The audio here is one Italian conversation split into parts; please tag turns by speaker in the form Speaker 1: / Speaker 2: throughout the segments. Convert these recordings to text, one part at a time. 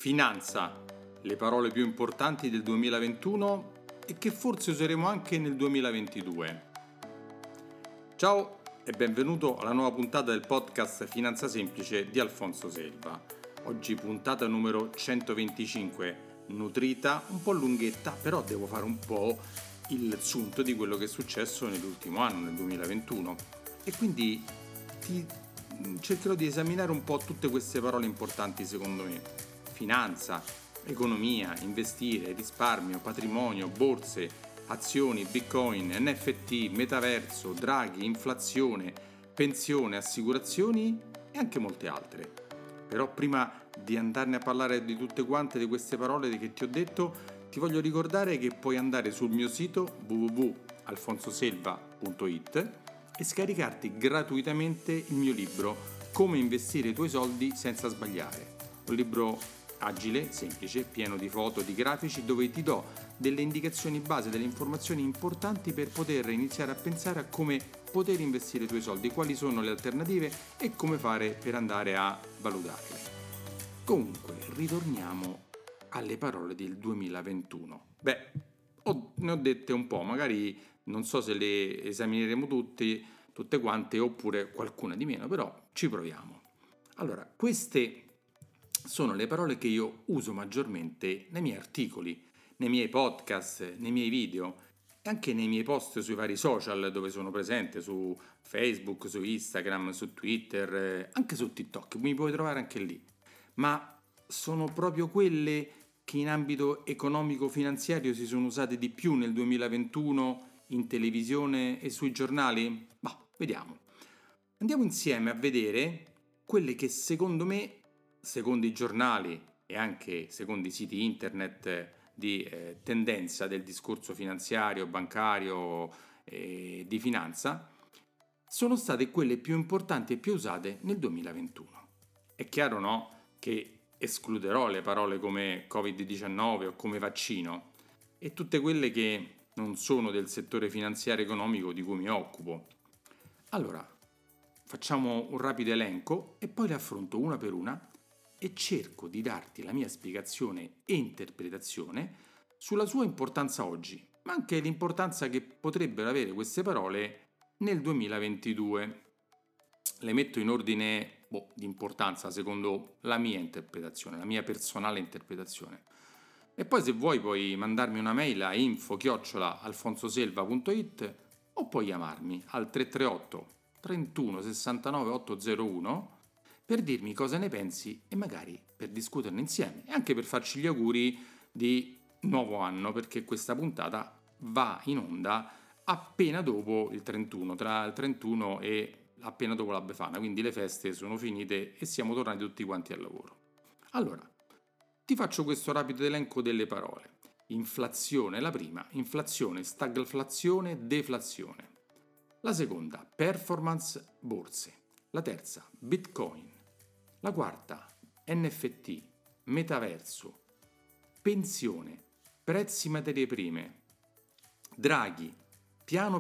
Speaker 1: Finanza, le parole più importanti del 2021 e che forse useremo anche nel 2022. Ciao e benvenuto alla nuova puntata del podcast Finanza Semplice di Alfonso Selva. Oggi puntata numero 125, nutrita, un po' lunghetta, però devo fare un po' il sunto di quello che è successo nell'ultimo anno, nel 2021. E quindi cercherò di esaminare un po' tutte queste parole importanti secondo me. Finanza, economia, investire, risparmio, patrimonio, borse, azioni, bitcoin, NFT, metaverso, Draghi, inflazione, pensione, assicurazioni e anche molte altre. Però prima di andarne a parlare di tutte quante di queste parole che ti ho detto, ti voglio ricordare che puoi andare sul mio sito www.alfonsoselva.it e scaricarti gratuitamente il mio libro Come investire i tuoi soldi senza sbagliare. Un libro agile, semplice, pieno di foto, di grafici, dove ti do delle indicazioni base, delle informazioni importanti per poter iniziare a pensare a come poter investire i tuoi soldi, quali sono le alternative e come fare per andare a valutarle. Comunque, ritorniamo alle parole del 2021. Ne ho dette un po', magari non so se le esamineremo tutte quante, oppure qualcuna di meno, però ci proviamo. Allora, queste sono le parole che io uso maggiormente nei miei articoli, nei miei podcast, nei miei video e anche nei miei post sui vari social dove sono presente, su Facebook, su Instagram, su Twitter, anche su TikTok, mi puoi trovare anche lì. Ma sono proprio quelle che in ambito economico-finanziario si sono usate di più nel 2021 in televisione e sui giornali? Vediamo. Andiamo insieme a vedere quelle che secondo me, secondo i giornali e anche secondo i siti internet di tendenza del discorso finanziario, bancario e di finanza, sono state quelle più importanti e più usate nel 2021. È chiaro, no, che escluderò le parole come Covid-19 o come vaccino e tutte quelle che non sono del settore finanziario economico di cui mi occupo. Allora, facciamo un rapido elenco e poi le affronto una per una e cerco di darti la mia spiegazione e interpretazione sulla sua importanza oggi, ma anche l'importanza che potrebbero avere queste parole nel 2022. Le metto in ordine di importanza secondo la mia interpretazione, la mia personale interpretazione. E poi se vuoi puoi mandarmi una mail a info@alfonsoselva.it o puoi chiamarmi al 338 31 69 801 per dirmi cosa ne pensi e magari per discuterne insieme e anche per farci gli auguri di nuovo anno, perché questa puntata va in onda appena dopo il 31, tra il 31 e appena dopo la Befana, quindi le feste sono finite e siamo tornati tutti quanti al lavoro. Allora, ti faccio questo rapido elenco delle parole. Inflazione, la prima, inflazione, stagflazione, deflazione. La seconda, performance, borse. La terza, bitcoin. La quarta, NFT, metaverso, pensione, prezzi materie prime, Draghi, piano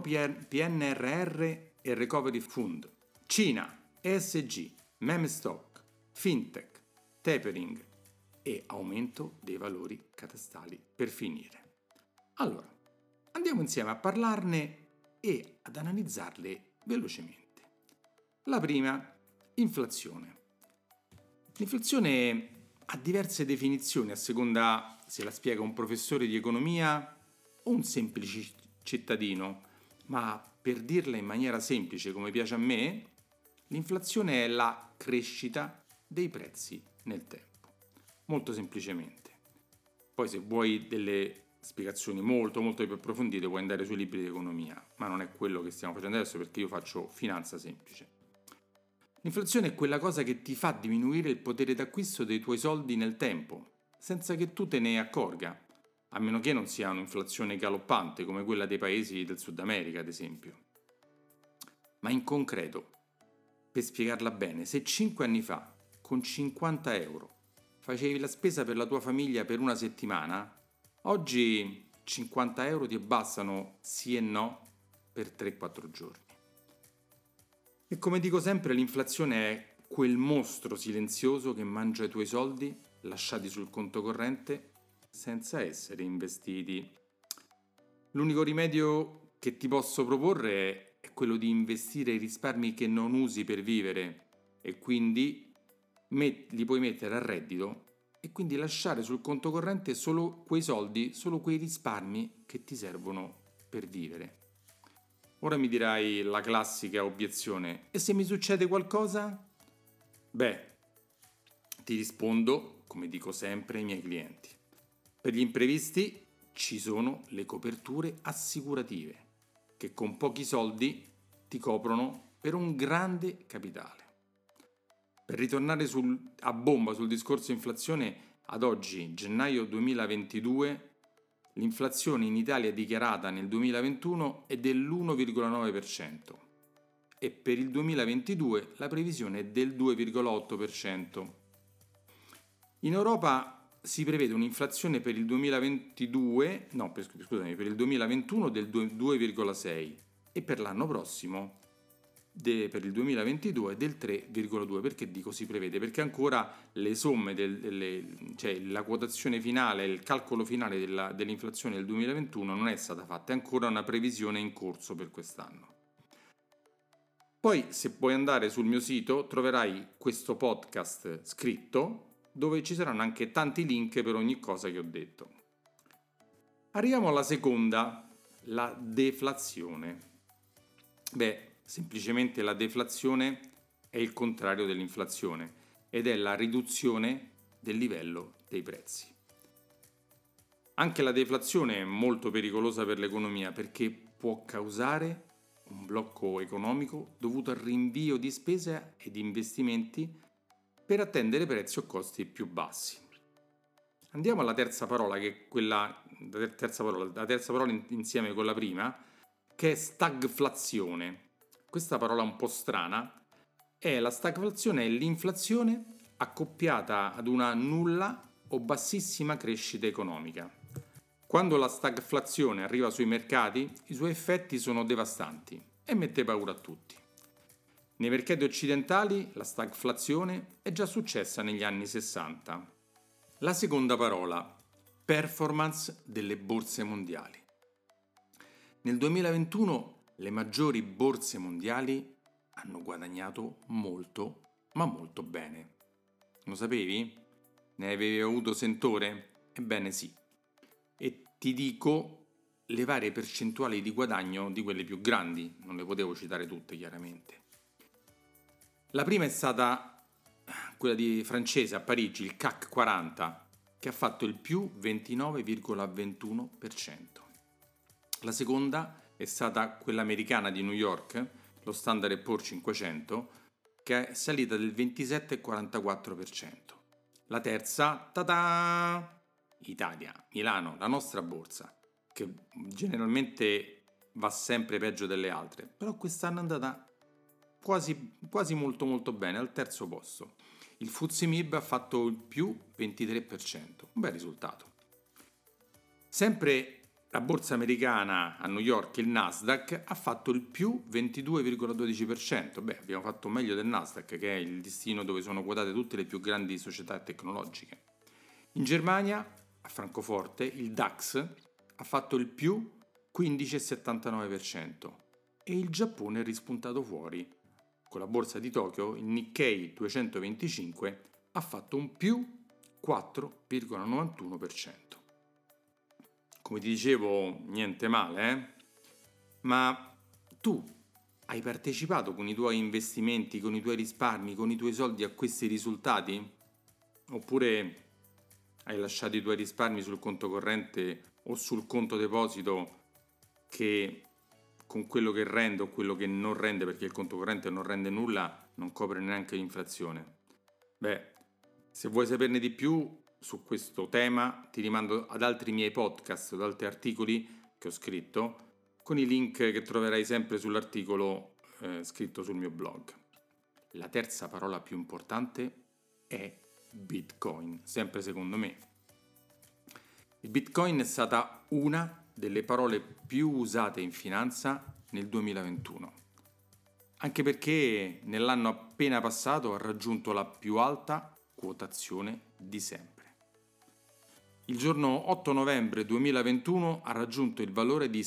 Speaker 1: PNRR e Recovery Fund, Cina, ESG, meme stock, fintech, tapering e aumento dei valori catastali per finire. Allora, andiamo insieme a parlarne e ad analizzarle velocemente. La prima, inflazione. L'inflazione ha diverse definizioni a seconda se la spiega un professore di economia o un semplice cittadino, ma per dirla in maniera semplice come piace a me, l'inflazione è la crescita dei prezzi nel tempo, molto semplicemente. Poi se vuoi delle spiegazioni molto più approfondite puoi andare sui libri di economia, ma non è quello che stiamo facendo adesso perché io faccio finanza semplice. L'inflazione è quella cosa che ti fa diminuire il potere d'acquisto dei tuoi soldi nel tempo, senza che tu te ne accorga, a meno che non sia un'inflazione galoppante come quella dei paesi del Sud America, ad esempio. Ma in concreto, per spiegarla bene, se 5 anni fa, con 50 euro, facevi la spesa per la tua famiglia per una settimana, oggi 50 euro ti bastano sì e no per 3-4 giorni. E come dico sempre, l'inflazione è quel mostro silenzioso che mangia i tuoi soldi lasciati sul conto corrente senza essere investiti. L'unico rimedio che ti posso proporre è quello di investire i risparmi che non usi per vivere e quindi li puoi mettere a reddito e quindi lasciare sul conto corrente solo quei soldi, solo quei risparmi che ti servono per vivere. Ora mi dirai la classica obiezione: e se mi succede qualcosa? Beh, ti rispondo come dico sempre ai miei clienti. Per gli imprevisti ci sono le coperture assicurative che con pochi soldi ti coprono per un grande capitale. Per ritornare a bomba sul discorso inflazione, ad oggi, gennaio 2022, l'inflazione in Italia dichiarata nel 2021 è dell'1,9% e per il 2022 la previsione è del 2,8%. In Europa si prevede un'inflazione per il 2021 del 2,6% e per l'anno prossimo per il 2022 del 3,2%. Perché dico si prevede? Perché ancora le somme, cioè la quotazione finale, il calcolo finale dell'inflazione del 2021 non è stata fatta, è ancora una previsione in corso per quest'anno. Poi, se puoi andare sul mio sito, troverai questo podcast scritto dove ci saranno anche tanti link per ogni cosa che ho detto. Arriviamo alla seconda, la deflazione. Semplicemente la deflazione è il contrario dell'inflazione ed è la riduzione del livello dei prezzi. Anche la deflazione è molto pericolosa per l'economia perché può causare un blocco economico dovuto al rinvio di spese e di investimenti per attendere prezzi o costi più bassi. Andiamo alla terza parola, che è la terza parola insieme con la prima, che è stagflazione. Questa parola un po' strana la stagflazione è l'inflazione accoppiata ad una nulla o bassissima crescita economica. Quando la stagflazione arriva sui mercati, i suoi effetti sono devastanti e mette paura a tutti. Nei mercati occidentali la stagflazione è già successa negli anni 60. La seconda parola, performance delle borse mondiali. Nel 2021 le maggiori borse mondiali hanno guadagnato molto, ma molto bene. Lo sapevi? Ne avevi avuto sentore? Ebbene sì. E ti dico le varie percentuali di guadagno di quelle più grandi, non le potevo citare tutte chiaramente. La prima è stata quella di francese a Parigi, il CAC 40, che ha fatto il più 29,21%. La seconda è stata quella americana di New York, lo Standard & Poor's 500, che è salita del 27,44%. La terza, ta-da! Italia, Milano, la nostra borsa, che generalmente va sempre peggio delle altre, però quest'anno è andata quasi molto molto bene, al terzo posto. Il FTSE MIB ha fatto il più 23%, un bel risultato. Sempre la borsa americana a New York, il Nasdaq, ha fatto il più 22,12%. Abbiamo fatto meglio del Nasdaq, che è il listino dove sono quotate tutte le più grandi società tecnologiche. In Germania, a Francoforte, il DAX ha fatto il più 15,79% e il Giappone è rispuntato fuori. Con la borsa di Tokyo, il Nikkei 225 ha fatto un più 4,91%. Come ti dicevo, niente male, Ma tu hai partecipato con i tuoi investimenti, con i tuoi risparmi, con i tuoi soldi a questi risultati? Oppure hai lasciato i tuoi risparmi sul conto corrente o sul conto deposito che con quello che rende o quello che non rende, perché il conto corrente non rende nulla, non copre neanche l'inflazione? Se vuoi saperne di più su questo tema, ti rimando ad altri miei podcast, ad altri articoli che ho scritto, con i link che troverai sempre sull'articolo scritto sul mio blog. La terza parola più importante è Bitcoin, sempre secondo me. Il Bitcoin è stata una delle parole più usate in finanza nel 2021, anche perché nell'anno appena passato ha raggiunto la più alta quotazione di sempre. il giorno 8 novembre 2021 ha raggiunto il valore di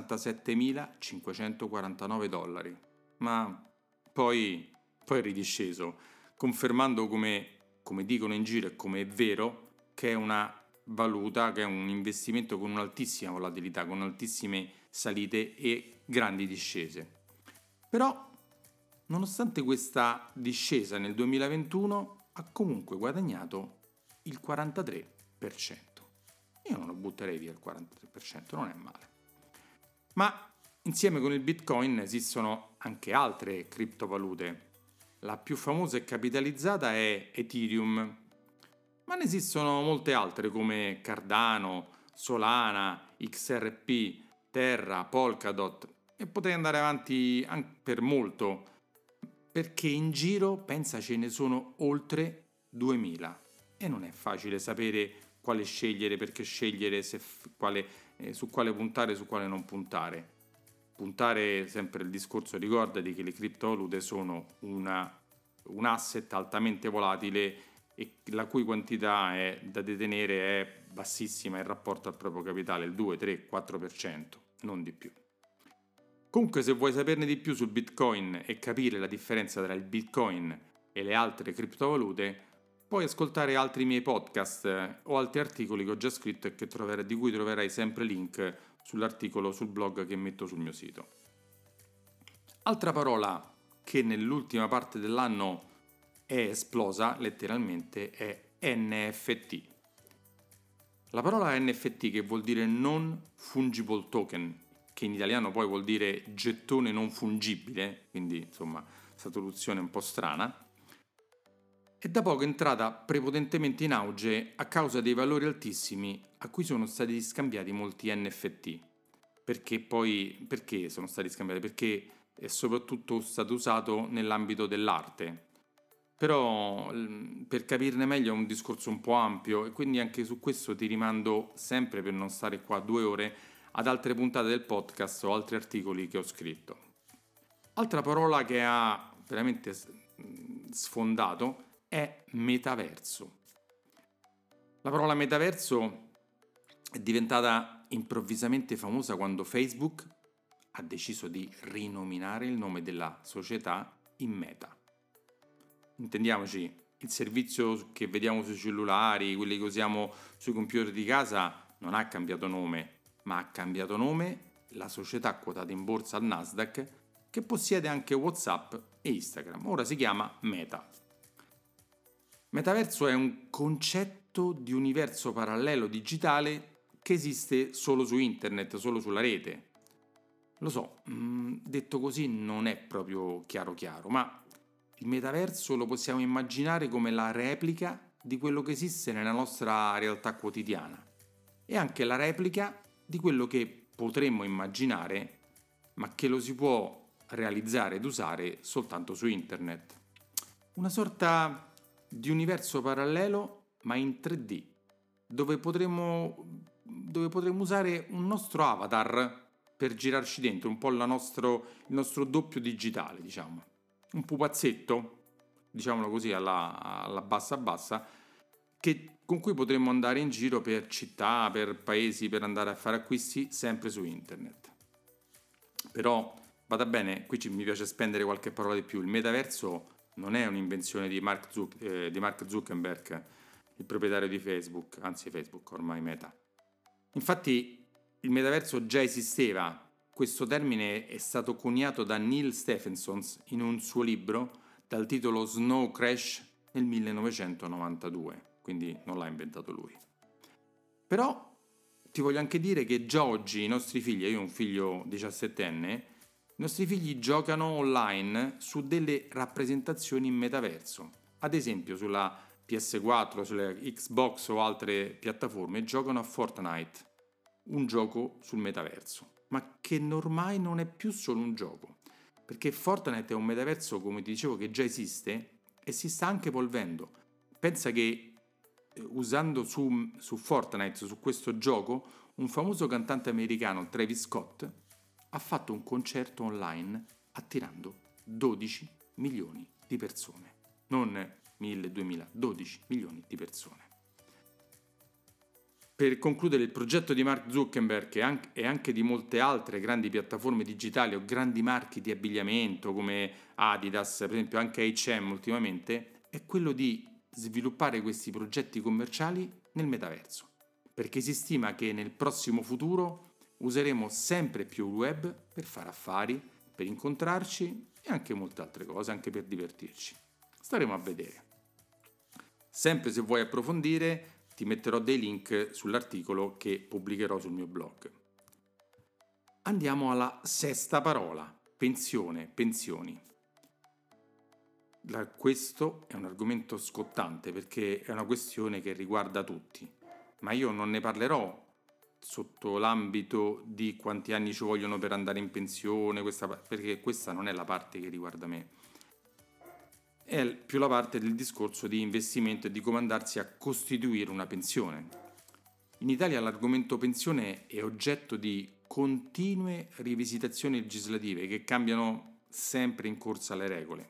Speaker 1: $67.549, ma poi è ridisceso, confermando come dicono in giro e come è vero, che è una valuta, che è un investimento con un'altissima volatilità, con altissime salite e grandi discese. Però, nonostante questa discesa nel 2021, ha comunque guadagnato il 43%. Io non lo butterei via il 43%, non è male. Ma insieme con il Bitcoin esistono anche altre criptovalute. La più famosa e capitalizzata è Ethereum, ma ne esistono molte altre come Cardano, Solana, XRP, Terra, Polkadot e potrei andare avanti anche per molto, perché in giro pensa ce ne sono oltre 2000 e non è facile sapere quale scegliere, perché scegliere su quale puntare e su quale non puntare. Puntare sempre il discorso, ricordati che le criptovalute sono un asset altamente volatile e la cui quantità da detenere è bassissima in rapporto al proprio capitale, il 2, 3, 4%, non di più. Comunque, se vuoi saperne di più sul Bitcoin e capire la differenza tra il Bitcoin e le altre criptovalute, puoi ascoltare altri miei podcast o altri articoli che ho già scritto e di cui troverai sempre link sull'articolo sul blog che metto sul mio sito. Altra parola che nell'ultima parte dell'anno è esplosa letteralmente è NFT. La parola NFT, che vuol dire non fungible token, che in italiano poi vuol dire gettone non fungibile, quindi insomma questa traduzione un po' strana, è da poco entrata prepotentemente in auge a causa dei valori altissimi a cui sono stati scambiati molti NFT. Perché sono stati scambiati? Perché è soprattutto stato usato nell'ambito dell'arte. Però per capirne meglio è un discorso un po' ampio e quindi anche su questo ti rimando sempre, per non stare qua 2 ore, ad altre puntate del podcast o altri articoli che ho scritto. Altra parola che ha veramente sfondato è metaverso. La parola metaverso è diventata improvvisamente famosa quando Facebook ha deciso di rinominare il nome della società in Meta. Intendiamoci, il servizio che vediamo sui cellulari, quelli che usiamo sui computer di casa, non ha cambiato nome, ma ha cambiato nome la società quotata in borsa al Nasdaq che possiede anche WhatsApp e Instagram. Ora si chiama Meta. Metaverso è un concetto di universo parallelo digitale che esiste solo su internet, solo sulla rete. Lo so, detto così non è proprio chiaro, ma il metaverso lo possiamo immaginare come la replica di quello che esiste nella nostra realtà quotidiana e anche la replica di quello che potremmo immaginare, ma che lo si può realizzare ed usare soltanto su internet. Una sorta di universo parallelo, ma in 3D, dove potremmo usare un nostro avatar per girarci dentro, un po' il nostro doppio digitale, diciamo. Un pupazzetto, diciamolo così, alla bassa, con cui potremmo andare in giro per città, per paesi, per andare a fare acquisti sempre su internet. Però, vada bene, qui mi piace spendere qualche parola di più. Il metaverso non è un'invenzione di Mark Zuckerberg, il proprietario di Facebook, anzi Facebook ormai Meta. Infatti il metaverso già esisteva. Questo termine è stato coniato da Neal Stephenson in un suo libro dal titolo Snow Crash nel 1992, quindi non l'ha inventato lui. Però ti voglio anche dire che già oggi i nostri figli, io ho un figlio 17enne, i nostri figli giocano online su delle rappresentazioni in metaverso. Ad esempio sulla PS4, sulla Xbox o altre piattaforme giocano a Fortnite, un gioco sul metaverso, ma che ormai non è più solo un gioco, perché Fortnite è un metaverso, come ti dicevo, che già esiste e si sta anche evolvendo. Pensa che usando su Fortnite, su questo gioco, un famoso cantante americano, Travis Scott, ha fatto un concerto online attirando 12 milioni di persone, non 1000, 2000, 12 milioni di persone. Per concludere, il progetto di Mark Zuckerberg e anche di molte altre grandi piattaforme digitali o grandi marchi di abbigliamento come Adidas, per esempio anche H&M ultimamente, è quello di sviluppare questi progetti commerciali nel metaverso, perché si stima che nel prossimo futuro useremo sempre più il web per fare affari, per incontrarci e anche molte altre cose, anche per divertirci. Staremo a vedere. Sempre se vuoi approfondire, ti metterò dei link sull'articolo che pubblicherò sul mio blog. Andiamo alla sesta parola, pensione, pensioni. Questo è un argomento scottante perché è una questione che riguarda tutti, ma io non ne parlerò sotto l'ambito di quanti anni ci vogliono per andare in pensione, perché questa non è la parte che riguarda me. È più la parte del discorso di investimento e di come andarsi a costituire una pensione. In Italia l'argomento pensione è oggetto di continue rivisitazioni legislative che cambiano sempre in corsa le regole.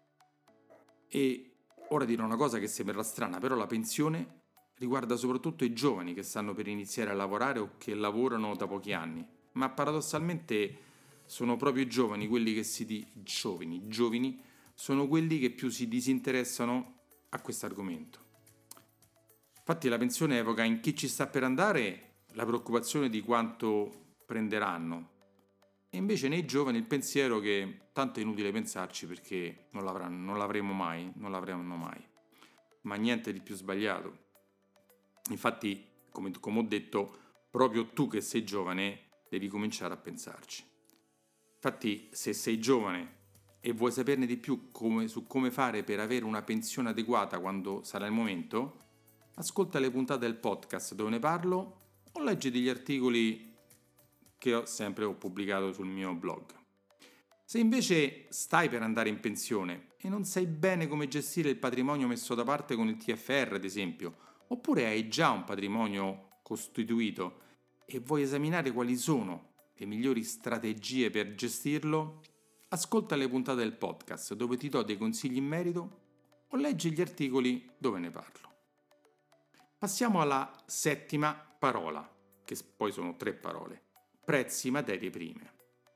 Speaker 1: E ora dirò una cosa che sembrerà strana, però la pensione riguarda soprattutto i giovani che stanno per iniziare a lavorare o che lavorano da pochi anni, ma paradossalmente sono proprio i giovani quelli che giovani sono quelli che più si disinteressano a questo argomento. Infatti la pensione evoca in chi ci sta per andare la preoccupazione di quanto prenderanno e invece nei giovani il pensiero che tanto è inutile pensarci perché non l'avremo mai, ma niente di più sbagliato. Infatti, come ho detto, proprio tu che sei giovane devi cominciare a pensarci. Infatti, se sei giovane e vuoi saperne di più su come fare per avere una pensione adeguata quando sarà il momento, ascolta le puntate del podcast dove ne parlo o leggi degli articoli che ho pubblicato sul mio blog. Se invece stai per andare in pensione e non sai bene come gestire il patrimonio messo da parte con il TFR, ad esempio, oppure hai già un patrimonio costituito e vuoi esaminare quali sono le migliori strategie per gestirlo, ascolta le puntate del podcast dove ti do dei consigli in merito o leggi gli articoli dove ne parlo. Passiamo alla settima parola, che poi sono 3 parole. Prezzi, materie prime.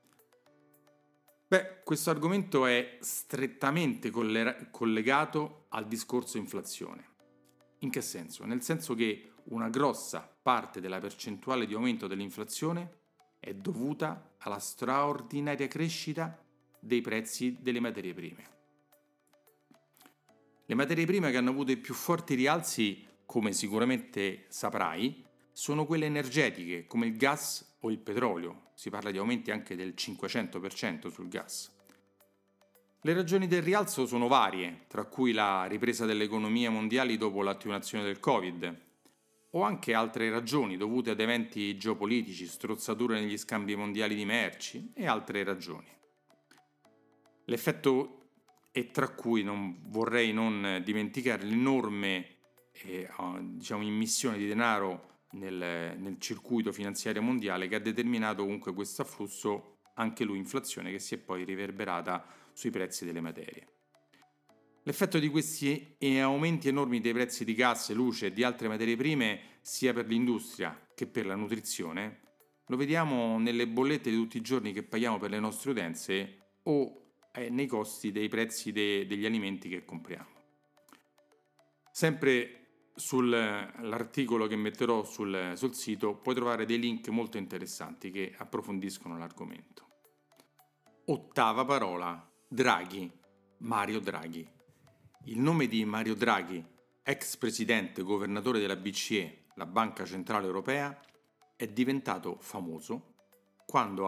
Speaker 1: Questo argomento è strettamente collegato al discorso inflazione. In che senso? Nel senso che una grossa parte della percentuale di aumento dell'inflazione è dovuta alla straordinaria crescita dei prezzi delle materie prime. Le materie prime che hanno avuto i più forti rialzi, come sicuramente saprai, sono quelle energetiche, come il gas o il petrolio. Si parla di aumenti anche del 500% sul gas. Le ragioni del rialzo sono varie, tra cui la ripresa delle economie mondiali dopo l'attenuazione del Covid, o anche altre ragioni dovute ad eventi geopolitici, strozzature negli scambi mondiali di merci e altre ragioni. L'effetto è tra cui non vorrei non dimenticare l'enorme immissione di denaro nel circuito finanziario mondiale che ha determinato comunque questo afflusso, anche lui inflazione, che si è poi riverberata sui prezzi delle materie. L'effetto di questi aumenti enormi dei prezzi di gas, luce e di altre materie prime, sia per l'industria che per la nutrizione, lo vediamo nelle bollette di tutti i giorni che paghiamo per le nostre utenze o nei costi dei prezzi degli alimenti che compriamo. Sempre sull'articolo che metterò sul sito puoi trovare dei link molto interessanti che approfondiscono l'argomento. Ottava parola, Draghi, Mario Draghi. Il nome di Mario Draghi, ex presidente governatore della BCE, la Banca Centrale Europea, è diventato famoso quando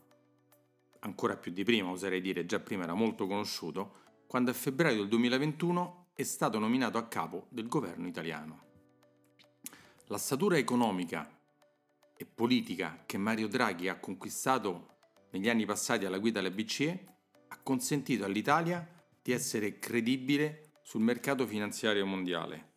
Speaker 1: ancora più di prima, oserei dire, già prima era molto conosciuto, quando a febbraio del 2021 è stato nominato a capo del governo italiano. La statura economica e politica che Mario Draghi ha conquistato negli anni passati alla guida della BCE ha consentito all'Italia di essere credibile sul mercato finanziario mondiale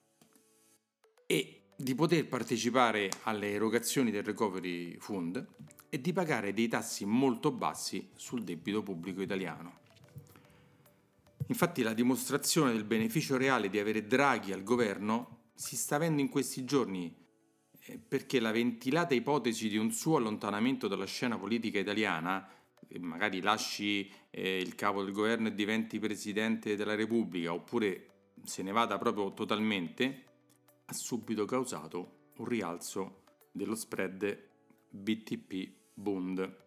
Speaker 1: e di poter partecipare alle erogazioni del Recovery Fund e di pagare dei tassi molto bassi sul debito pubblico italiano. Infatti la dimostrazione del beneficio reale di avere Draghi al governo si sta avendo in questi giorni perché la ventilata ipotesi di un suo allontanamento dalla scena politica italiana, magari lasci il capo del governo e diventi presidente della Repubblica, oppure se ne vada proprio totalmente, ha subito causato un rialzo dello spread BTP-Bund.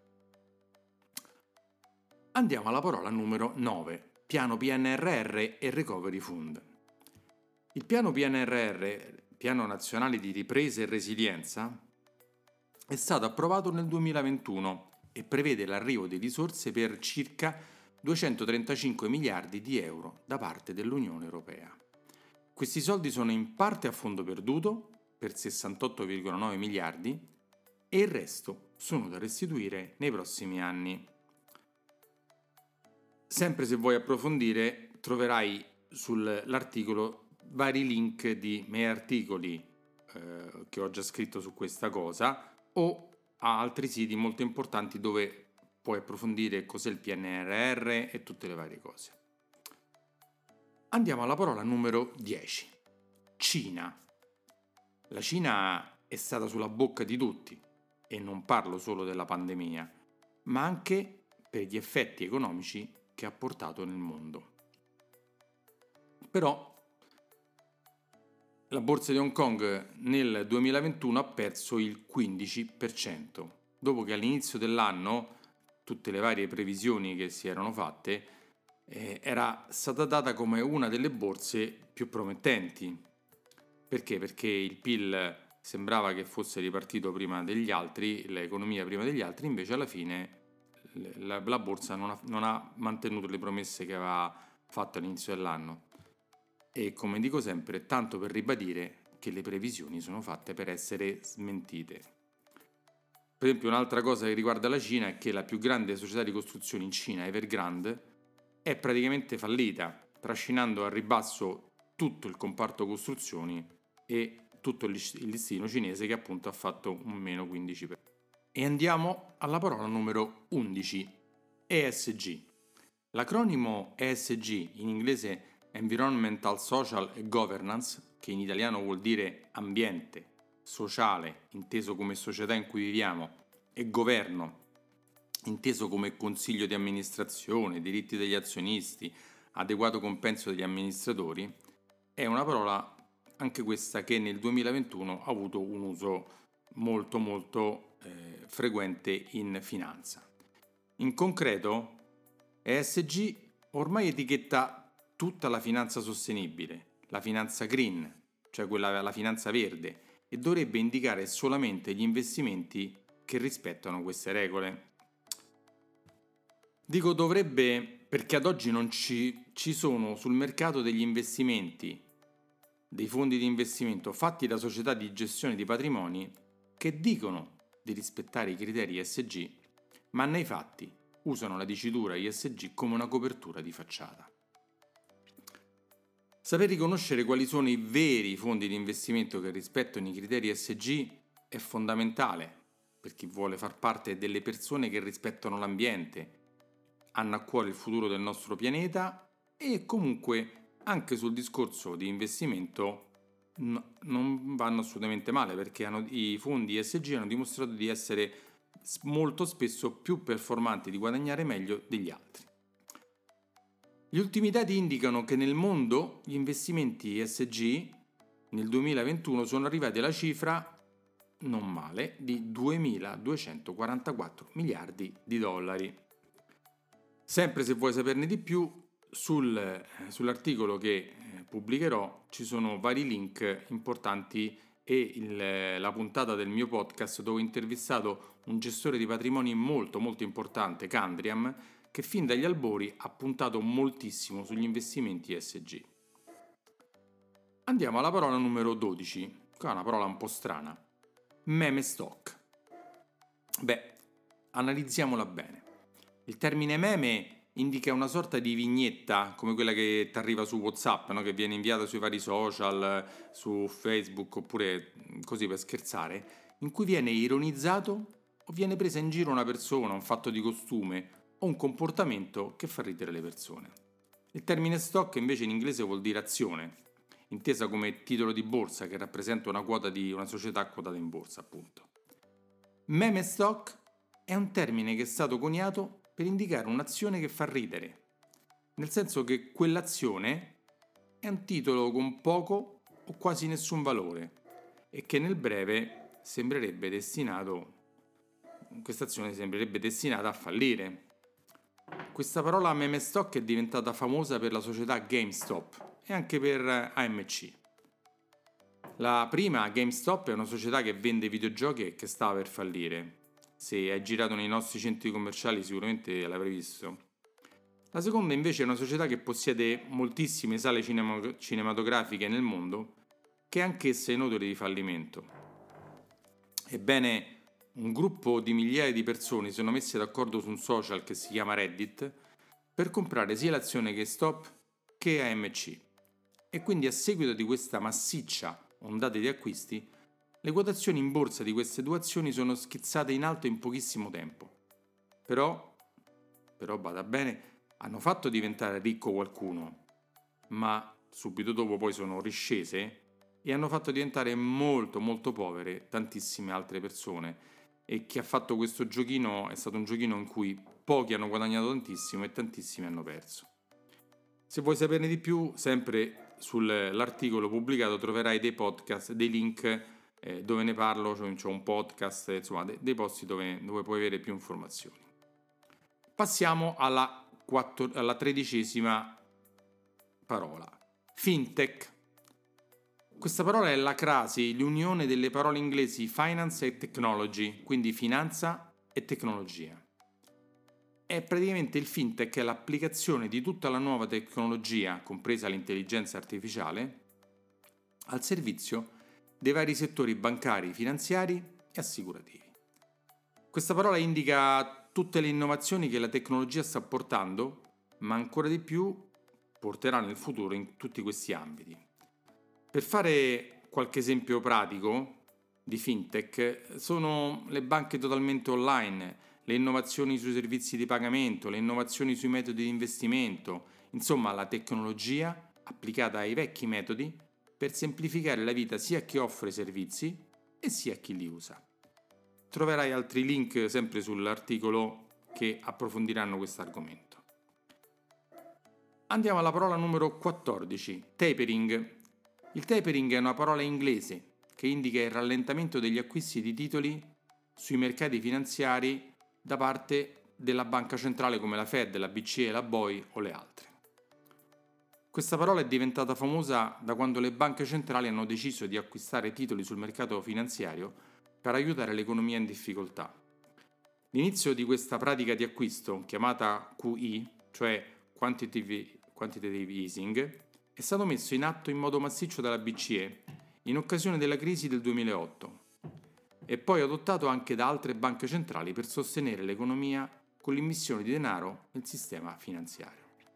Speaker 1: Andiamo alla parola numero 9, piano PNRR e Recovery Fund. Il piano PNRR, Piano Nazionale di Ripresa e Resilienza, è stato approvato nel 2021 e prevede l'arrivo di risorse per circa 235 miliardi di euro da parte dell'Unione Europea. Questi soldi sono in parte a fondo perduto, per 68,9 miliardi, e il resto sono da restituire nei prossimi anni. Sempre se vuoi approfondire, troverai sull'articolo vari link di miei articoli che ho già scritto su questa cosa o a altri siti molto importanti dove puoi approfondire cos'è il PNRR e tutte le varie cose. Andiamo alla parola numero 10. Cina. La Cina è stata sulla bocca di tutti e non parlo solo della pandemia, ma anche per gli effetti economici che ha portato nel mondo. Però la borsa di Hong Kong nel 2021 ha perso il 15%, dopo che all'inizio dell'anno tutte le varie previsioni che si erano fatte era stata data come una delle borse più promettenti. Perché? Perché il PIL sembrava che fosse ripartito prima degli altri, l'economia prima degli altri, invece alla fine la borsa non ha mantenuto le promesse che aveva fatto all'inizio dell'anno. E come dico sempre, tanto per ribadire che le previsioni sono fatte per essere smentite. Per esempio, un'altra cosa che riguarda la Cina è che la più grande società di costruzioni in Cina, Evergrande, è praticamente fallita, trascinando a ribasso tutto il comparto costruzioni e tutto il listino cinese che appunto ha fatto un meno 15%. E andiamo alla parola numero 11, ESG. L'acronimo ESG, in inglese Environmental, Social e Governance, che in italiano vuol dire ambiente, sociale, inteso come società in cui viviamo, e governo, inteso come consiglio di amministrazione, diritti degli azionisti, adeguato compenso degli amministratori, è una parola anche questa che nel 2021 ha avuto un uso molto frequente in finanza. In concreto, ESG ormai etichetta tutta la finanza sostenibile, la finanza green, cioè la finanza verde, e dovrebbe indicare solamente gli investimenti che rispettano queste regole. Dico dovrebbe perché ad oggi non ci sono sul mercato degli investimenti, dei fondi di investimento fatti da società di gestione di patrimoni che dicono di rispettare i criteri ESG, ma nei fatti usano la dicitura ESG come una copertura di facciata. Saper riconoscere quali sono i veri fondi di investimento che rispettano i criteri ESG è fondamentale per chi vuole far parte delle persone che rispettano l'ambiente, hanno a cuore il futuro del nostro pianeta e comunque anche sul discorso di investimento non vanno assolutamente male, perché i fondi ESG hanno dimostrato di essere molto spesso più performanti, di guadagnare meglio degli altri. Gli ultimi dati indicano che nel mondo gli investimenti ESG nel 2021 sono arrivati alla cifra, non male, di 2.244 miliardi di dollari. Sempre se vuoi saperne di più, sull'articolo che pubblicherò ci sono vari link importanti e la puntata del mio podcast dove ho intervistato un gestore di patrimoni molto importante, Candriam, che fin dagli albori ha puntato moltissimo sugli investimenti ESG. Andiamo alla parola numero 12, che è una parola un po' strana, meme stock. Analizziamola bene. Il termine meme indica una sorta di vignetta come quella che ti arriva su WhatsApp, no? Che viene inviata sui vari social, su Facebook oppure così per scherzare, in cui viene ironizzato o viene presa in giro una persona, un fatto di costume o un comportamento che fa ridere le persone. Il termine stock invece in inglese vuol dire azione intesa come titolo di borsa che rappresenta una quota di una società quotata in borsa, appunto. Meme stock è un termine che è stato coniato per indicare un'azione che fa ridere, nel senso che quell'azione è un titolo con poco o quasi nessun valore e che nel breve quest'azione sembrerebbe destinata a fallire. Questa parola meme stock è diventata famosa per la società GameStop e anche per AMC. La prima, GameStop, è una società che vende videogiochi e che stava per fallire. Se hai girato nei nostri centri commerciali sicuramente l'avrai visto. La seconda invece è una società che possiede moltissime sale cinematografiche nel mondo, che è anch'essa in odore di fallimento. Ebbene, un gruppo di migliaia di persone si sono messe d'accordo su un social che si chiama Reddit per comprare sia l'azione GameStop che AMC. E quindi a seguito di questa massiccia ondata di acquisti, le quotazioni in borsa di queste due azioni sono schizzate in alto in pochissimo tempo. Però bada bene, hanno fatto diventare ricco qualcuno, ma subito dopo poi sono riscese e hanno fatto diventare molto molto povere tantissime altre persone, e chi ha fatto questo giochino è stato un giochino in cui pochi hanno guadagnato tantissimo e tantissimi hanno perso. Se vuoi saperne di più, sempre sull'articolo pubblicato troverai dei podcast, dei link dove ne parlo, cioè c'è un podcast, insomma dei posti dove puoi avere più informazioni. Passiamo alla 13ª parola, fintech. Questa parola è la crasi, l'unione delle parole inglesi finance e technology, quindi finanza e tecnologia. È praticamente il fintech, è l'applicazione di tutta la nuova tecnologia, compresa l'intelligenza artificiale, al servizio dei vari settori bancari, finanziari e assicurativi. Questa parola indica tutte le innovazioni che la tecnologia sta portando, ma ancora di più porterà nel futuro in tutti questi ambiti. Per fare qualche esempio pratico di fintech, sono le banche totalmente online, le innovazioni sui servizi di pagamento, le innovazioni sui metodi di investimento, insomma la tecnologia applicata ai vecchi metodi per semplificare la vita sia a chi offre servizi e sia a chi li usa. Troverai altri link sempre sull'articolo che approfondiranno questo argomento. Andiamo alla parola numero 14, tapering. Il tapering è una parola inglese che indica il rallentamento degli acquisti di titoli sui mercati finanziari da parte della banca centrale come la Fed, la BCE, la BOE o le altre. Questa parola è diventata famosa da quando le banche centrali hanno deciso di acquistare titoli sul mercato finanziario per aiutare l'economia in difficoltà. L'inizio di questa pratica di acquisto, chiamata QE, cioè Quantitative Easing, è stato messo in atto in modo massiccio dalla BCE in occasione della crisi del 2008 e poi adottato anche da altre banche centrali per sostenere l'economia con l'immissione di denaro nel sistema finanziario.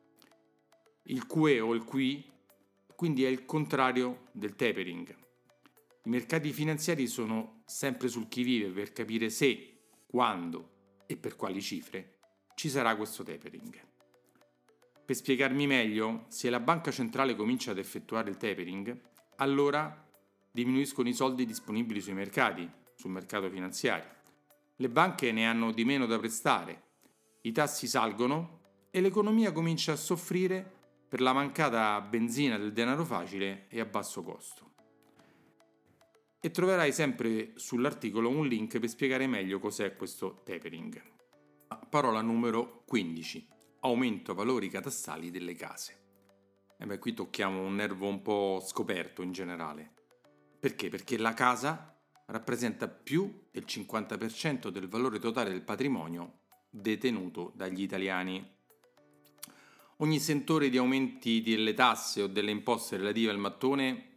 Speaker 1: Il QE o il QE quindi è il contrario del tapering. I mercati finanziari sono sempre sul chi vive per capire se, quando e per quali cifre ci sarà questo tapering. Per spiegarmi meglio, se la banca centrale comincia ad effettuare il tapering, allora diminuiscono i soldi disponibili sui mercati, sul mercato finanziario. Le banche ne hanno di meno da prestare, i tassi salgono e l'economia comincia a soffrire per la mancata benzina del denaro facile e a basso costo. E troverai sempre sull'articolo un link per spiegare meglio cos'è questo tapering. Parola numero 15. Aumento valori catastali delle case. Qui tocchiamo un nervo un po' scoperto in generale. Perché? Perché la casa rappresenta più del 50% del valore totale del patrimonio detenuto dagli italiani. Ogni sentore di aumenti delle tasse o delle imposte relative al mattone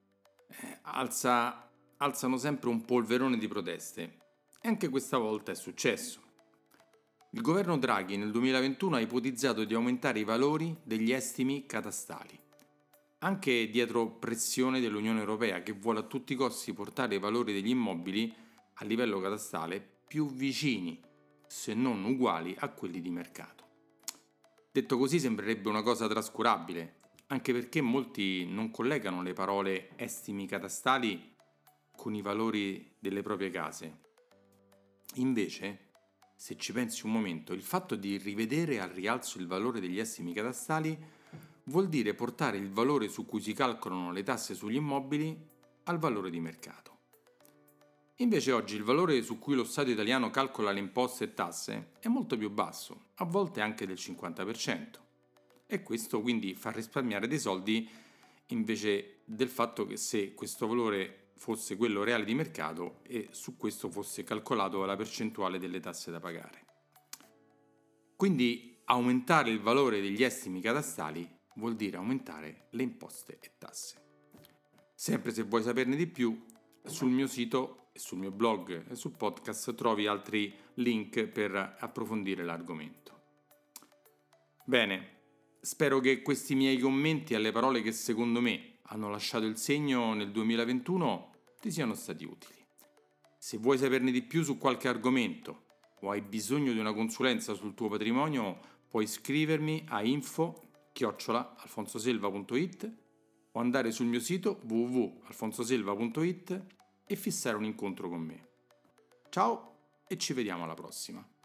Speaker 1: alzano sempre un polverone di proteste. E anche questa volta è successo. Il governo Draghi nel 2021 ha ipotizzato di aumentare i valori degli estimi catastali, anche dietro pressione dell'Unione Europea che vuole a tutti i costi portare i valori degli immobili a livello catastale più vicini, se non uguali, a quelli di mercato. Detto così sembrerebbe una cosa trascurabile, anche perché molti non collegano le parole estimi catastali con i valori delle proprie case. Invece, se ci pensi un momento, il fatto di rivedere al rialzo il valore degli estimi catastali vuol dire portare il valore su cui si calcolano le tasse sugli immobili al valore di mercato. Invece oggi il valore su cui lo Stato italiano calcola le imposte e tasse è molto più basso, a volte anche del 50%. E questo quindi fa risparmiare dei soldi invece del fatto che se questo valore fosse quello reale di mercato e su questo fosse calcolato la percentuale delle tasse da pagare. Quindi aumentare il valore degli estimi catastali vuol dire aumentare le imposte e tasse. Sempre se vuoi saperne di più, sul mio sito, sul mio blog e sul podcast trovi altri link per approfondire l'argomento. Bene, spero che questi miei commenti alle parole che secondo me hanno lasciato il segno nel 2021 ti siano stati utili. Se vuoi saperne di più su qualche argomento o hai bisogno di una consulenza sul tuo patrimonio, puoi scrivermi a info@alfonsoselva.it o andare sul mio sito www.alfonsoselva.it e fissare un incontro con me. Ciao e ci vediamo alla prossima!